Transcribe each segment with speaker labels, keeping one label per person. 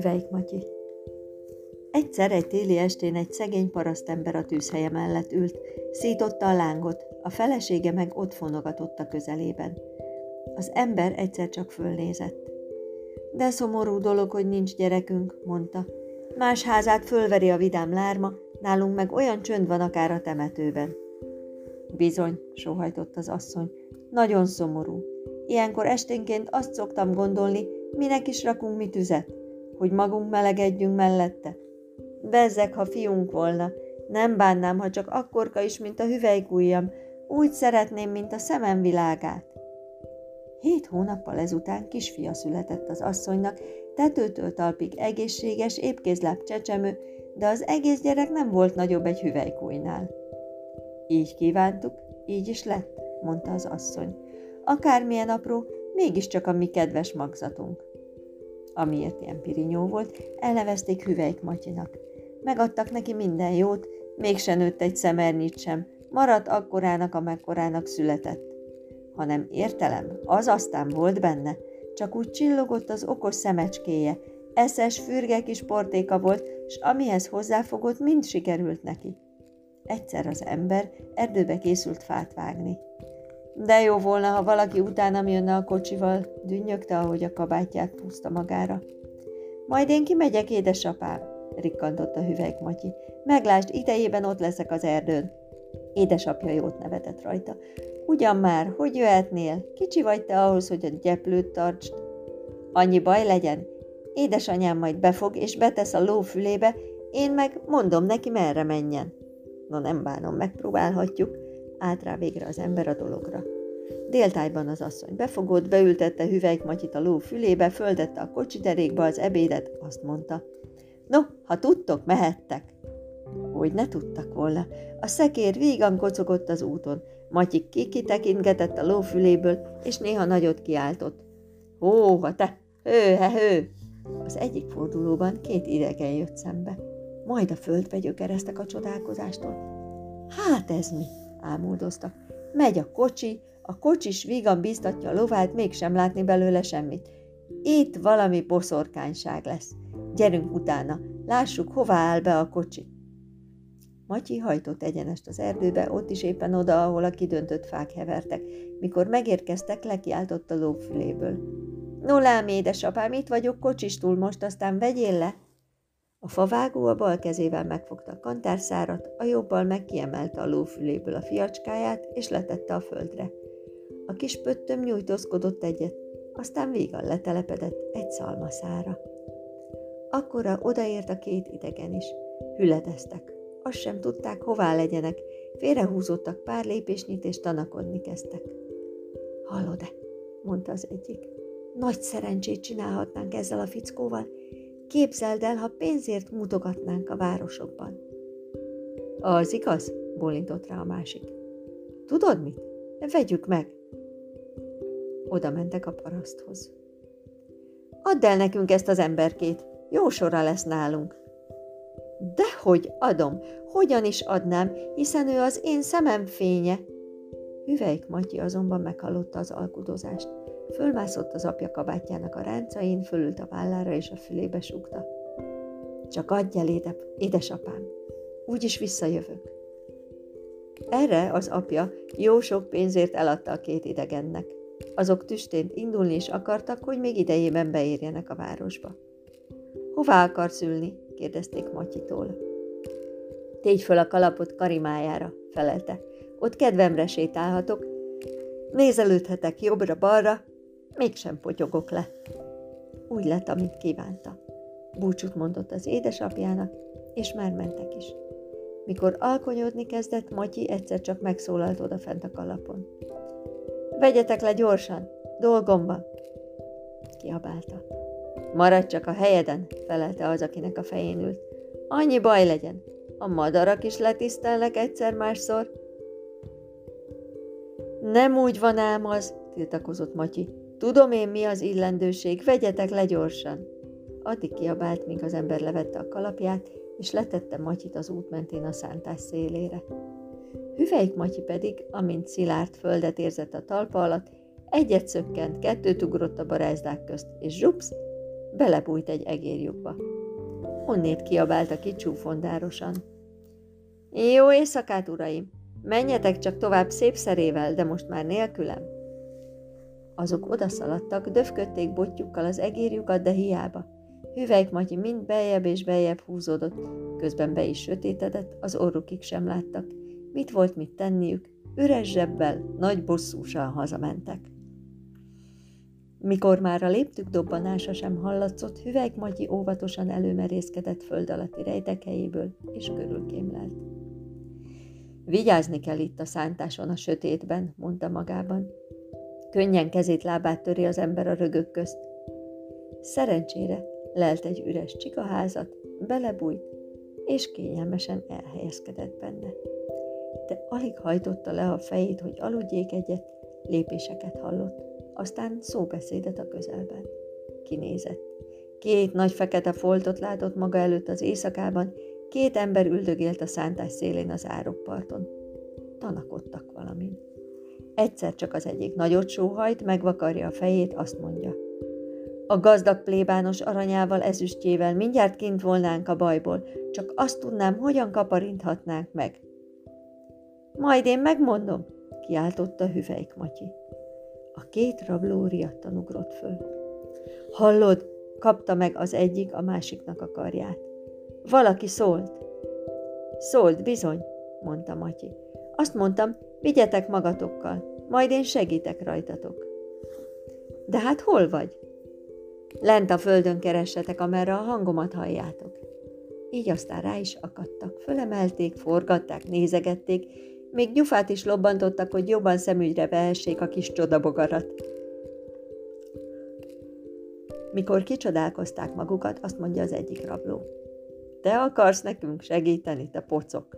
Speaker 1: Hüvelyk Matyi. Egyszer egy téli estén egy szegény parasztember a tűzhelye mellett ült, szította a lángot, a felesége meg ott fonogatott a közelében. Az ember egyszer csak fölnézett. De szomorú dolog, hogy nincs gyerekünk, mondta. Más házát fölveri a vidám lárma, nálunk meg olyan csönd van akár a temetőben. Bizony, sóhajtott az asszony, nagyon szomorú. Ilyenkor esténként azt szoktam gondolni, minek is rakunk mi tüzet, hogy magunk melegedjünk mellette. Bezzeg, ha fiunk volna, nem bánnám, ha csak akkorka is, mint a hüvelykujjam, úgy szeretném, mint a szemem világát. 7 hónappal ezután kisfia született az asszonynak, tetőtől talpig egészséges, épkézláb csecsemő, de az egész gyerek nem volt nagyobb egy hüvelykujjnál. Így kívántuk, így is lett, mondta az asszony. Akármilyen apró, mégiscsak a mi kedves magzatunk. Amiért ilyen pirinyó volt, elnevezték Hüvelyk Matyinak. Megadtak neki minden jót, mégse nőtt egy szemernyit sem, maradt akkorának, amekkorának született. Hanem értelem, az aztán volt benne, csak úgy csillogott az okos szemecskéje, eszes, fürge kis portéka volt, s amihez hozzáfogott, mind sikerült neki. Egyszer az ember erdőbe készült fát vágni. De jó volna, ha valaki utánam jönne a kocsival, dünnyögte, ahogy a kabátját húzta magára. Majd én kimegyek, édesapám, rikkantott a Hüvelyk Matyi. Meglásd, idejében ott leszek az erdőn. Édesapja jót nevetett rajta. Ugyan már, hogy jöhetnél? Kicsi vagy te ahhoz, hogy a gyeplőt tartsd. Annyi baj legyen. Édesanyám majd befog és betesz a ló fülébe, én meg mondom neki, merre menjen. No, nem bánom, megpróbálhatjuk. Állt rá végre az ember a dologra. Déltájban az asszony befogott, beültette Hüvelyk Matyit a ló fülébe, földette a kocsiterékbe az ebédet, azt mondta. No, ha tudtok, mehettek. Hogy ne tudtak volna. A szekér vígan kocogott az úton. Matyi kitekintgetett a ló füléből, és néha nagyot kiáltott. Hóha te, hő! Az egyik fordulóban 2 idegen jött szembe. Majd a földbe gyökereztek a csodálkozástól. Hát ez mi? Ámuldoztak. Megy a kocsis vígan bíztatja a lovát, mégsem látni belőle semmit. Itt valami boszorkányság lesz. Gyerünk utána, lássuk, hová áll be a kocsi. Matyi hajtott egyenest az erdőbe, ott is éppen oda, ahol a kidöntött fák hevertek. Mikor megérkeztek, lekiáltott a ló füléből. No lám, édesapám, itt vagyok kocsistul most, aztán vegyél le. A favágó a bal kezével megfogta a kantárszárat, a jobbal meg kiemelte a ló füléből a fiacskáját, és letette a földre. A kis pöttöm nyújtózkodott egyet, aztán vígan letelepedett egy szalmaszára. Akkora odaért a 2 idegen is. Hüledeztek. Azt sem tudták, hová legyenek. Félrehúzódtak pár lépésnyit, és tanakodni kezdtek. Hallod-e? Mondta az egyik. Nagy szerencsét csinálhatnánk ezzel a fickóval. Képzeld el, ha pénzért mutogatnánk a városokban. Az igaz? Bólintott rá a másik. Tudod mit? Vegyük meg. Oda mentek a paraszthoz. Add el nekünk ezt az emberkét, jó sora lesz nálunk. Dehogy adom, hogyan is adnám, hiszen ő az én szemem fénye. Hüvelyk Matyi azonban meghallotta az alkudozást. Fölmászott az apja kabátjának a ráncain, fölült a vállára és a fülébe súgta. Csak adj el, édesapám, úgyis visszajövök. Erre az apja jó sok pénzért eladta a 2 idegennek. Azok tüstént indulni is akartak, hogy még idejében beérjenek a városba. Hová akarsz ülni? Kérdezték Matyitól. Tégy föl a kalapot karimájára, felelte. Ott kedvemre sétálhatok, nézelődhetek jobbra-balra, mégsem potyogok le. Úgy lett, amit kívánta. Búcsút mondott az édesapjának, és már mentek is. Mikor alkonyodni kezdett, Matyi egyszer csak megszólalt odafent a kalapon. Vegyetek le gyorsan, dolgom van! Kiabálta. Maradj csak a helyeden, felelte az, akinek a fején ült. Annyi baj legyen, a madarak is letisztelnek egyszer-másszor. Nem úgy van ám az, tiltakozott Matyi. Tudom én, mi az illendőség, vegyetek le gyorsan. Addig kiabált, míg az ember levette a kalapját, és letette Matyit az út mentén a szántás szélére. Hüvelyk Matyi pedig, amint szilárd földet érzett a talpa alatt, egyet szökkent, 2 ugrott a barázdák közt, és zsupsz, belebújt egy egérlyukba. Onnét kiabálta ki csúfondárosan. Jó éjszakát, uraim! Menjetek csak tovább szép szerével, de most már nélkülem. Azok odaszaladtak, döfködték botjukkal az egérjukat, de hiába. Hüvelyk Matyi mind beljebb és beljebb húzódott, közben be is sötétedett, az orrukig sem láttak. Mit volt mit tenniük? Üres zsebbel, nagy bosszúsan hazamentek. Mikor már a léptük dobbanása sem hallatszott, Hüvelyk Matyi óvatosan előmerészkedett föld alatti rejtekhelyéből, és körülkémlelt. Vigyázni kell itt a szántáson a sötétben, mondta magában. Könnyen kezét-lábát töri az ember a rögök közt. Szerencsére lelt egy üres csikaházat, belebújt, és kényelmesen elhelyezkedett benne. De alig hajtotta le a fejét, hogy aludjék egyet, lépéseket hallott, aztán szóbeszédet a közelben. Kinézett. 2 nagy fekete foltot látott maga előtt az éjszakában, 2 ember üldögélt a szántás szélén az árokparton. Tanakodtak valamin. Egyszer csak az egyik nagyot sóhajt, megvakarja a fejét, azt mondja. A gazdag plébános aranyával, ezüstjével mindjárt kint volnánk a bajból, csak azt tudnám, hogyan kaparinthatnánk meg. Majd én megmondom, kiáltotta Hüvelyk Matyi. A 2 rabló riadtan ugrott föl. Hallod, kapta meg az egyik a másiknak a karját. Valaki szólt. Szólt, bizony, mondta Matyi. Azt mondtam, vigyetek magatokkal, majd én segítek rajtatok. De hát hol vagy? Lent a földön keressetek, amerre a hangomat halljátok. Így aztán rá is akadtak, fölemelték, forgatták, nézegették, még gyufát is lobbantottak, hogy jobban szemügyre vehessék a kis csodabogarat. Mikor kicsodálkozták magukat, azt mondja az egyik rabló. Te akarsz nekünk segíteni, te pocok?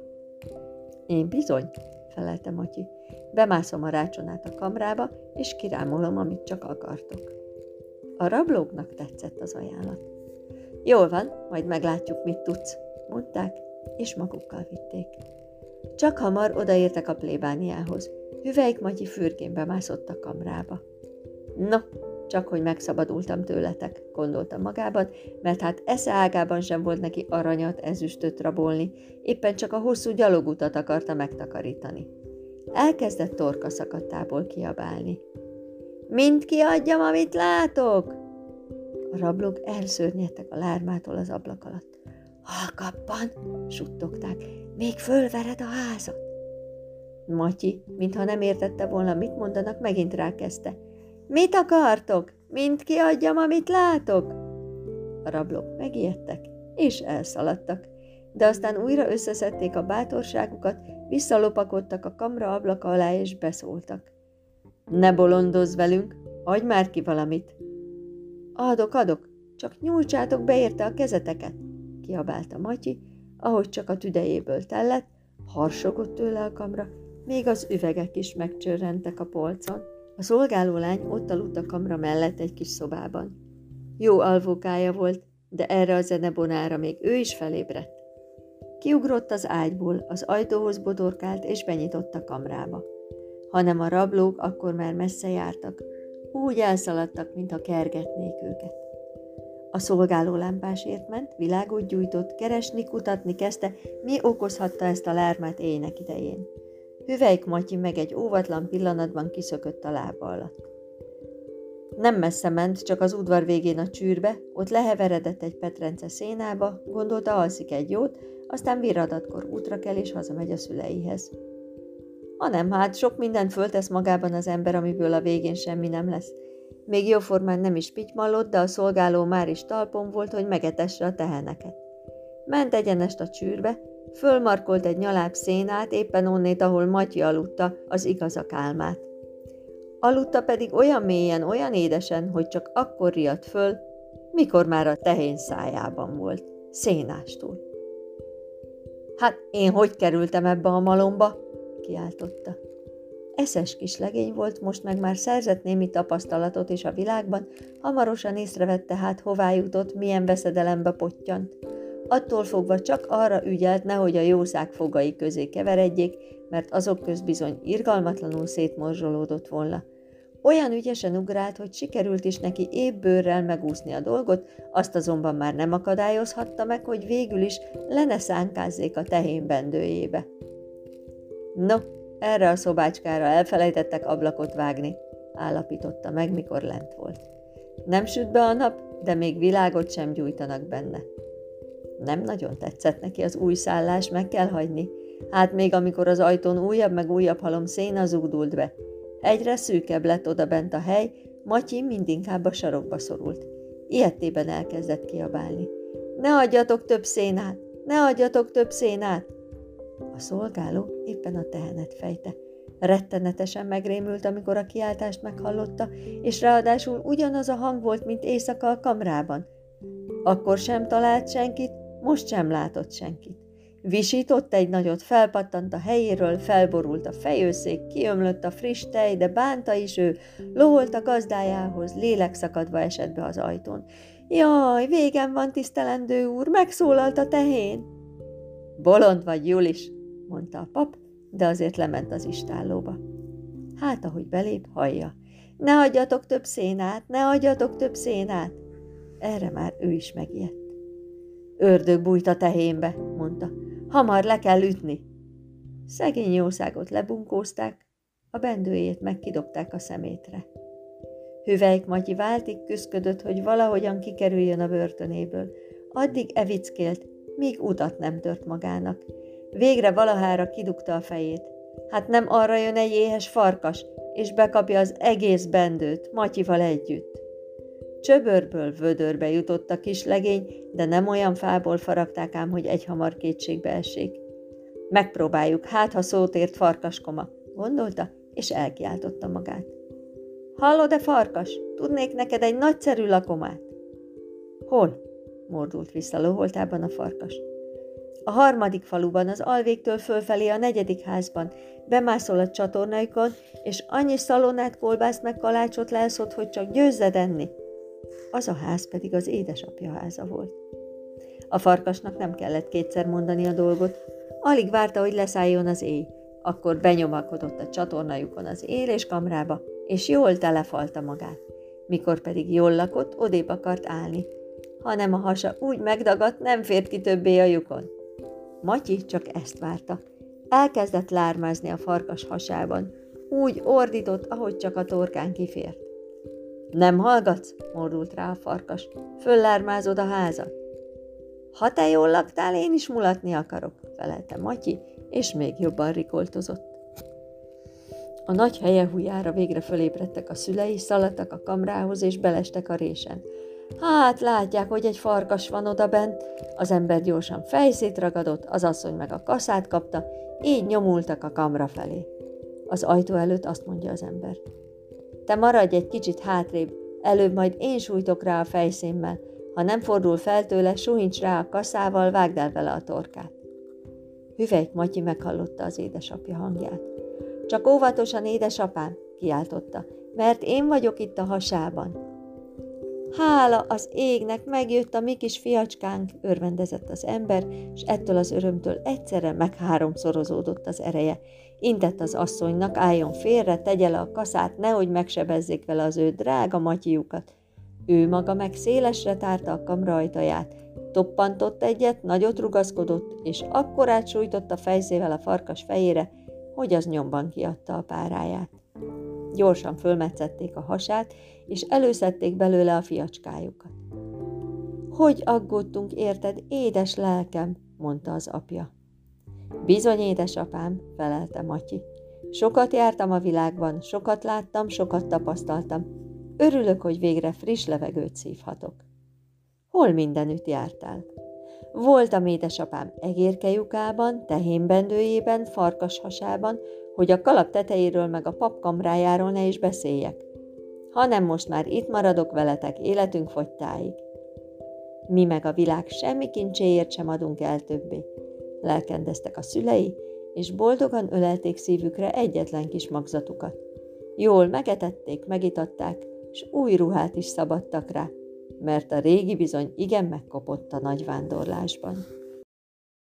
Speaker 1: Én bizony, felelte Matyi. Bemászom a rácson át a kamrába, és kirámolom, amit csak akartok. A rablóknak tetszett az ajánlat. Jól van, majd meglátjuk, mit tudsz, mondták, és magukkal vitték. Csak hamar odaértek a plébániához. Hüvelyk Matyi fürgén bemászott a kamrába. No, csak hogy megszabadultam tőletek, gondolta magában, mert hát esze ágában sem volt neki aranyat, ezüstöt rabolni, éppen csak a hosszú gyalogutat akarta megtakarítani. Elkezdett torka szakadtából kiabálni. Mind kiadjam, amit látok! A rablók elszörnyedtek a lármától az ablak alatt. Halkabban, suttogták, még fölvered a házat. Matyi, mintha nem értette volna, mit mondanak, megint rákezdte. Mit akartok? Mind kiadjam, amit látok? A rablók megijedtek, és elszaladtak, de aztán újra összeszedték a bátorságukat, visszalopakodtak a kamra ablaka alá, és beszóltak. Ne bolondozz velünk, adj már ki valamit. Adok, csak nyújtsátok be érte a kezeteket, kiabálta Matyi, ahogy csak a tüdejéből tellett, harsogott tőle a kamra, még az üvegek is megcsörrentek a polcon. A szolgálólány ott aludt a kamra mellett egy kis szobában. Jó alvókája volt, de erre a zenebonára még ő is felébredt. Kiugrott az ágyból, az ajtóhoz bodorkált, és benyitott a kamrába. Hanem a rablók akkor már messze jártak, úgy elszaladtak, mintha kergetnék őket. A szolgáló lámpásért ment, világot gyújtott, keresni, kutatni kezdte, mi okozhatta ezt a lármát éjnek idején. Hüvelyk Matyi meg egy óvatlan pillanatban kiszökött a lába alatt. Nem messze ment, csak az udvar végén a csűrbe, ott leheveredett egy petrence szénába, gondolta, alszik egy jót, aztán virradatkor útra kell és hazamegy a szüleihez. Hanem hát sok mindent föltesz magában az ember, amiből a végén semmi nem lesz. Még jóformán nem is pitymallott, de a szolgáló már is talpon volt, hogy megetesse a teheneket. Ment egyenest a csűrbe, fölmarkolt egy nyaláb szénát, éppen onnét, ahol Matyi aludta az igazak álmát. Aludta pedig olyan mélyen, olyan édesen, hogy csak akkor riadt föl, mikor már a tehén szájában volt, szénástól. Hát én hogy kerültem ebbe a malomba? Kiáltotta. Eszes kis legény volt, most meg már szerzett némi tapasztalatot is a világban, hamarosan észrevette hát, hová jutott, milyen veszedelembe pottyant. Attól fogva csak arra ügyelt, nehogy a jószág fogai közé keveredjék, mert azok közt bizony irgalmatlanul szétmorzsolódott volna. Olyan ügyesen ugrált, hogy sikerült is neki épp bőrrel megúszni a dolgot, azt azonban már nem akadályozhatta meg, hogy végül is le ne szánkázzék a tehén bendőjébe. No, erre a szobácskára elfelejtettek ablakot vágni, állapította meg, mikor lent volt. Nem süt be a nap, de még világot sem gyújtanak benne. Nem nagyon tetszett neki az új szállás, meg kell hagyni. Hát még amikor az ajtón újabb meg újabb halom széna zúdult be. Egyre szűkebb lett odabent a hely, Matyi mindinkább a sarokba szorult. Ilyettében elkezdett kiabálni. Ne adjatok több szénát! Ne adjatok több szénát! A szolgáló éppen a tehenet fejte. Rettenetesen megrémült, amikor a kiáltást meghallotta, és ráadásul ugyanaz a hang volt, mint éjszaka a kamrában. Akkor sem talált senkit, most sem látott senkit. Visított egy nagyot, felpattant a helyéről, felborult a fejőszék, kiömlött a friss tej, de bánta is ő, loholt a gazdájához, lélekszakadva esett be az ajtón. Jaj, végem van, tisztelendő úr, megszólalt a tehén! Bolond vagy, Julis, mondta a pap, de azért lement az istállóba. Hát, ahogy belép, hallja. Ne adjatok több szénát, ne adjatok több szénát! Erre már ő is megijedt. Ördög bújt a tehénbe, mondta. Hamar le kell ütni. Szegény jószágot lebunkózták, a bendőjét meg kidobták a szemétre. Hüvelyk Matyi váltig küszködött, hogy valahogyan kikerüljön a börtönéből. Addig evickélt, míg utat nem tört magának. Végre valahára kidugta a fejét. Hát nem arra jön egy éhes farkas, és bekapja az egész bendőt, Matyival együtt. Csöbörből vödörbe jutott a kis legény, de nem olyan fából faragták ám, hogy egyhamar kétségbe essék. Megpróbáljuk, hát ha szót ért farkaskoma, gondolta, és elkiáltotta magát. Hallod-e, farkas? Tudnék neked egy nagyszerű lakomát? Hol? Mordult vissza loholtában a farkas. A harmadik faluban, az alvégtől fölfelé a negyedik házban. Bemászol a csatornaikon, és annyi szalonnát, kolbászt meg kalácsot lelszott, hogy csak győzzed enni. Az a ház pedig az édesapja háza volt. A farkasnak nem kellett kétszer mondani a dolgot. Alig várta, hogy leszálljon az éj. Akkor benyomakodott a csatornajukon az éléskamrába, és jól telefalta magát. Mikor pedig jól lakott, odébb akart állni. Hanem a hasa úgy megdagadt, nem fért ki többé a lyukon. Matyi csak ezt várta. Elkezdett lármázni a farkas hasában. Úgy ordított, ahogy csak a torkán kifért. Nem hallgatsz? Mordult rá a farkas. Föllármázod a házat. Ha te jól laktál, én is mulatni akarok, felelte Matyi, és még jobban rikoltozott. A nagy helyehújára végre fölébredtek a szülei, szaladtak a kamrához, és belestek a résen. Hát látják, hogy egy farkas van odabent, az ember gyorsan fejszét ragadott, az asszony meg a kaszát kapta, így nyomultak a kamra felé. Az ajtó előtt azt mondja az ember. Te maradj egy kicsit hátrébb, előbb majd én sújtok rá a fejszémmel, ha nem fordul fel tőle, sújts rá a kaszával, vágd el vele a torkát. Hüvelyk Matyi meghallotta az édesapja hangját. Csak óvatosan, édesapám, kiáltotta, mert én vagyok itt a hasában. Hála az égnek, megjött a mi kis fiacskánk, örvendezett az ember, és ettől az örömtől egyszerre megháromszorozódott az ereje. Intett az asszonynak, álljon félre, tegye le a kaszát, nehogy megsebezzék vele az ő drága Matyiukat. Ő maga meg szélesre tárta a kamra ajtaját, toppantott egyet, nagyot rugaszkodott, és akkorát sújtotta fejszével a farkas fejére, hogy az nyomban kiadta a páráját. Gyorsan fölmetszették a hasát, és előszedték belőle a fiacskájukat. Hogy aggódtunk érted, édes lelkem, mondta az apja. Bizony, édesapám, felelte Matyi. Sokat jártam a világban, sokat láttam, sokat tapasztaltam. Örülök, hogy végre friss levegőt szívhatok. Hol mindenütt jártál? Voltam, édesapám, egérkejukában, tehénbendőjében, farkas hasában, hogy a kalap tetejéről meg a pap kamrájáról ne is beszéljek. Hanem most már itt maradok veletek életünk fogytáig. Mi meg a világ semmi kincséért sem adunk el többé. Lelkendeztek a szülei, és boldogan ölelték szívükre egyetlen kis magzatukat. Jól megetették, megitatták, s új ruhát is szabadtak rá, mert a régi bizony igen megkopott a nagy vándorlásban.